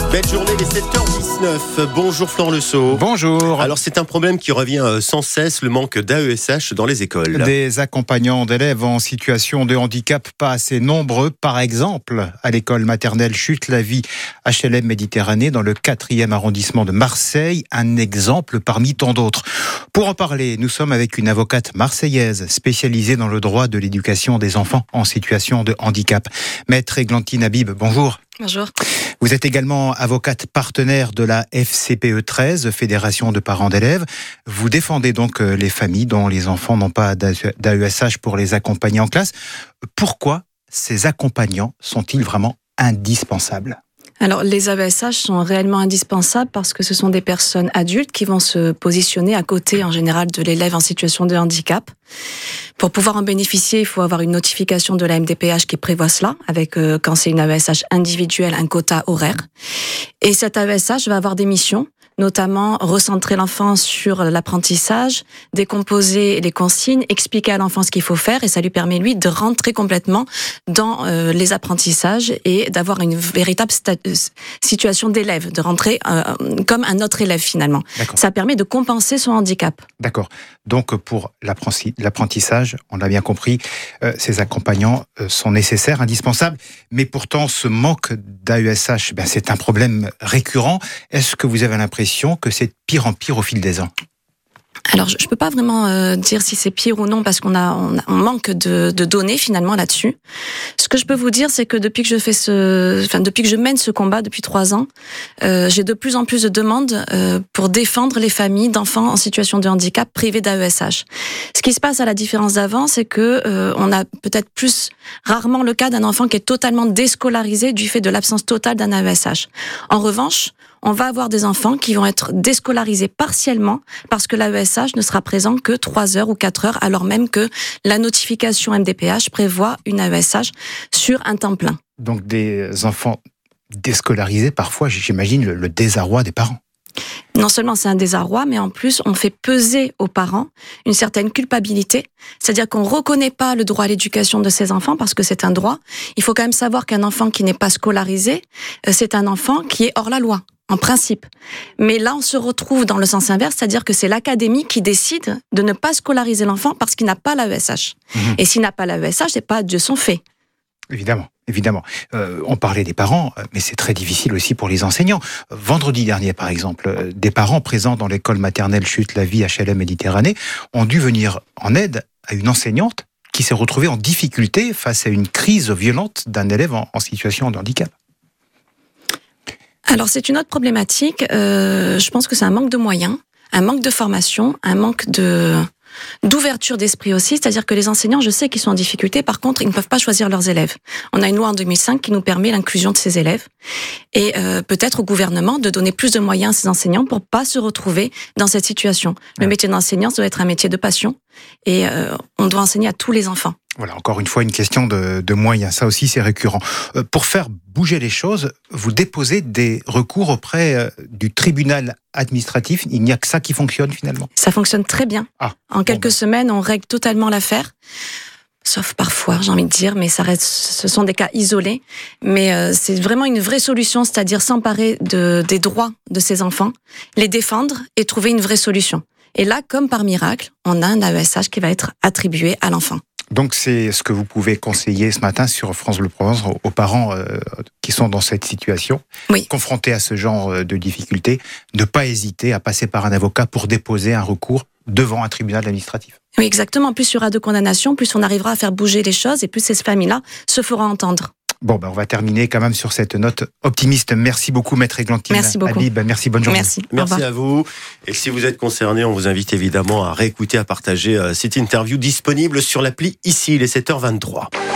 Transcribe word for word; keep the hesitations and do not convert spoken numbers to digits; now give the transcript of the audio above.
Belle journée, les sept heures dix-neuf. Bonjour Florent Leceau. Bonjour. Alors c'est un problème qui revient sans cesse, le manque d'A E S H dans les écoles. Des accompagnants d'élèves en situation de handicap pas assez nombreux. Par exemple, à l'école maternelle Chute-la-Vie H L M Méditerranée dans le quatrième arrondissement de Marseille. Un exemple parmi tant d'autres. Pour en parler, nous sommes avec une avocate marseillaise spécialisée dans le droit de l'éducation des enfants en situation de handicap. Maître Églantine Habib, bonjour. Bonjour. Vous êtes également avocate partenaire de la F C P E treize, Fédération de parents d'élèves. Vous défendez donc les familles dont les enfants n'ont pas d'A E S H pour les accompagner en classe. Pourquoi ces accompagnants sont-ils vraiment indispensables ? Alors, les A E S H sont réellement indispensables parce que ce sont des personnes adultes qui vont se positionner à côté, en général, de l'élève en situation de handicap. Pour pouvoir en bénéficier, il faut avoir une notification de la M D P H qui prévoit cela, avec, euh, quand c'est une A E S H individuelle, un quota horaire. Et cette A E S H va avoir des missions, notamment recentrer l'enfant sur l'apprentissage, décomposer les consignes, expliquer à l'enfant ce qu'il faut faire, et ça lui permet, lui, de rentrer complètement dans euh, les apprentissages et d'avoir une véritable sta- situation d'élève, de rentrer euh, comme un autre élève, finalement. D'accord. Ça permet de compenser son handicap. D'accord. Donc, pour l'apprentissage, on l'a bien compris, euh, ces accompagnants euh, sont nécessaires, indispensables, mais pourtant, ce manque d'A E S H, ben, c'est un problème récurrent. Est-ce que vous avez l'impression que c'est de pire en pire au fil des ans ? Alors, je ne peux pas vraiment euh, dire si c'est pire ou non parce qu'on a, on, a, on manque de, de données finalement là-dessus. Ce que je peux vous dire, c'est que depuis que je fais ce, enfin depuis que je mène ce combat depuis trois ans, euh, j'ai de plus en plus de demandes euh, pour défendre les familles d'enfants en situation de handicap privés d'A E S H. Ce qui se passe à la différence d'avant, c'est que euh, on a peut-être plus rarement le cas d'un enfant qui est totalement déscolarisé du fait de l'absence totale d'un A E S H. En revanche, on va avoir des enfants qui vont être déscolarisés partiellement parce que l'A E S H ne sera présent que trois heures ou quatre heures, alors même que la notification M D P H prévoit une A E S H sur un temps plein. Donc des enfants déscolarisés, parfois, j'imagine le, le désarroi des parents. Non seulement c'est un désarroi, mais en plus on fait peser aux parents une certaine culpabilité, c'est-à-dire qu'on ne reconnaît pas le droit à l'éducation de ses enfants parce que c'est un droit. Il faut quand même savoir qu'un enfant qui n'est pas scolarisé, c'est un enfant qui est hors la loi. En principe. Mais là, on se retrouve dans le sens inverse, c'est-à-dire que c'est l'académie qui décide de ne pas scolariser l'enfant parce qu'il n'a pas l'A E S H. Mmh. Et s'il n'a pas l'A E S H, c'est pas de son fait. Évidemment, évidemment. Euh, on parlait des parents, mais c'est très difficile aussi pour les enseignants. Vendredi dernier, par exemple, des parents présents dans l'école maternelle Chute-la-Vie H L M Méditerranée ont dû venir en aide à une enseignante qui s'est retrouvée en difficulté face à une crise violente d'un élève en, en situation de handicap. Alors c'est une autre problématique, euh, je pense que c'est un manque de moyens, un manque de formation, un manque de d'ouverture d'esprit aussi, c'est-à-dire que les enseignants, je sais qu'ils sont en difficulté, par contre, ils ne peuvent pas choisir leurs élèves. On a une loi en deux mille cinq qui nous permet l'inclusion de ces élèves et euh, peut-être au gouvernement de donner plus de moyens à ces enseignants pour pas se retrouver dans cette situation. Le métier d'enseignant, ça doit être un métier de passion et euh, on doit enseigner à tous les enfants. Voilà, encore une fois, une question de, de moyens. Ça aussi, c'est récurrent. Euh, pour faire bouger les choses, vous déposez des recours auprès euh, du tribunal administratif. Il n'y a que ça qui fonctionne finalement. Ça fonctionne très bien. Ah, en quelques bon ben. semaines, on règle totalement l'affaire. Sauf parfois, j'ai envie de dire, mais ça reste, ce sont des cas isolés. Mais euh, c'est vraiment une vraie solution, c'est-à-dire s'emparer de, des droits de ces enfants, les défendre et trouver une vraie solution. Et là, comme par miracle, on a un A E S H qui va être attribué à l'enfant. Donc c'est ce que vous pouvez conseiller ce matin sur France Bleu Provence aux parents euh, qui sont dans cette situation, oui. confrontés à ce genre de difficultés, ne pas hésiter à passer par un avocat pour déposer un recours devant un tribunal administratif. Oui, exactement. Plus il y aura de condamnations, plus on arrivera à faire bouger les choses et plus ces familles-là se feront entendre. Bon, ben on va terminer quand même sur cette note optimiste. Merci beaucoup, Maître Églantine Merci beaucoup. Habib. Merci, bonne journée. Merci. Merci à vous. Et si vous êtes concerné, on vous invite évidemment à réécouter, à partager cette interview disponible sur l'appli ici, il est sept heures vingt-trois.